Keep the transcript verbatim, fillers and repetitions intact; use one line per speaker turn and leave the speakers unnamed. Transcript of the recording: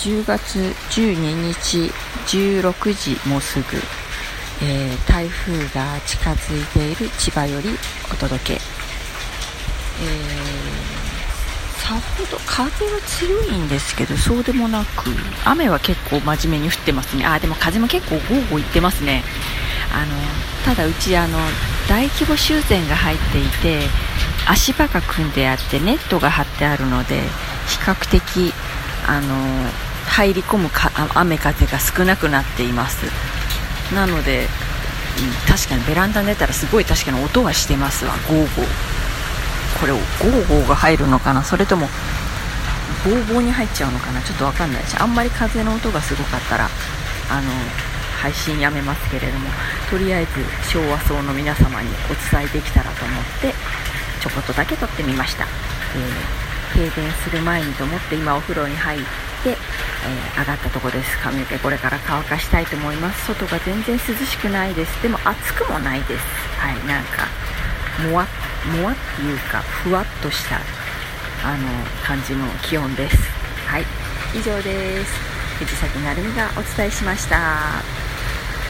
じゅうがつじゅうににちじゅうろくじもうすぐ、えー、台風が近づいている千葉よりお届け。えー、さほど風は強いんですけど、そうでもなく雨は結構真面目に降ってますね。あ、でも風も結構ゴーゴーいってますね。あのただうちあの大規模修繕が入っていて、足場が組んであってネットが張ってあるので、比較的あの入り込むか雨風が少なくなっています。なので、うん、確かにベランダに出たらすごい確かに音はしてますわ。ゴーゴー、これゴーゴーが入るのかな、それともボーボーに入っちゃうのかな、ちょっとわかんないし、あんまり風の音がすごかったらあの配信やめますけれども、とりあえず昭和層の皆様にお伝えできたらと思ってちょこっとだけ撮ってみました。えー、停電する前にと思って今お風呂に入って、えー、上がったところです。髪の毛これから乾かしたいと思います。外が全然涼しくないです。でも暑くもないです。はい、なんかもわもわっていうかふわっとしたあの感じの気温です。はい、以上です。藤崎なるみがお伝えしました。